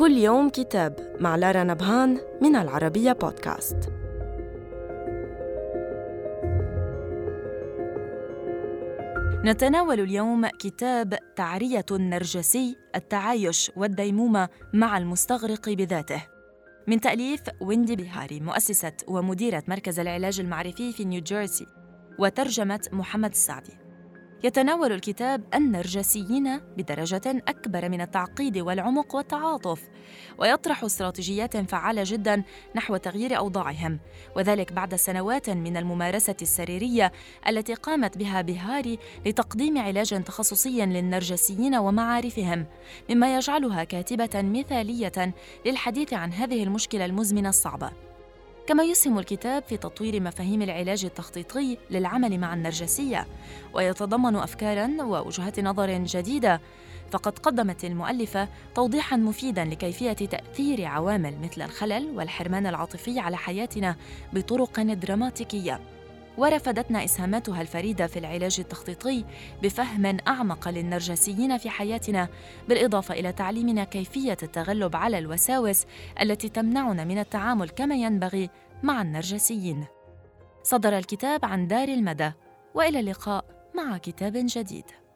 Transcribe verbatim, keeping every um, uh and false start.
كل يوم كتاب مع لارا نبهان من العربية بودكاست. نتناول اليوم كتاب تعرية النرجسي: التعايش والديمومة مع المستغرق بذاته، من تأليف ويندي بيهاري، مؤسسة ومديرة مركز العلاج المعرفي في نيوجيرسي، وترجمة محمد السعدي. يتناول الكتاب النرجسيين بدرجة أكبر من التعقيد والعمق والتعاطف، ويطرح استراتيجيات فعالة جداً نحو تغيير أوضاعهم، وذلك بعد سنوات من الممارسة السريرية التي قامت بها بيهاري لتقديم علاج تخصصي للنرجسيين ومعارفهم، مما يجعلها كاتبة مثالية للحديث عن هذه المشكلة المزمنة الصعبة. كما يسهم الكتاب في تطوير مفاهيم العلاج التخطيطي للعمل مع النرجسية، ويتضمن أفكاراً ووجهات نظر جديدة، فقد قدمت المؤلفة توضيحاً مفيداً لكيفية تأثير عوامل مثل الخلل والحرمان العاطفي على حياتنا بطرق دراماتيكية. ورفدتنا إسهاماتها الفريدة في العلاج التخطيطي بفهم أعمق للنرجسيين في حياتنا، بالإضافة إلى تعليمنا كيفية التغلب على الوساوس التي تمنعنا من التعامل كما ينبغي مع النرجسيين. صدر الكتاب عن دار المدى، وإلى اللقاء مع كتاب جديد.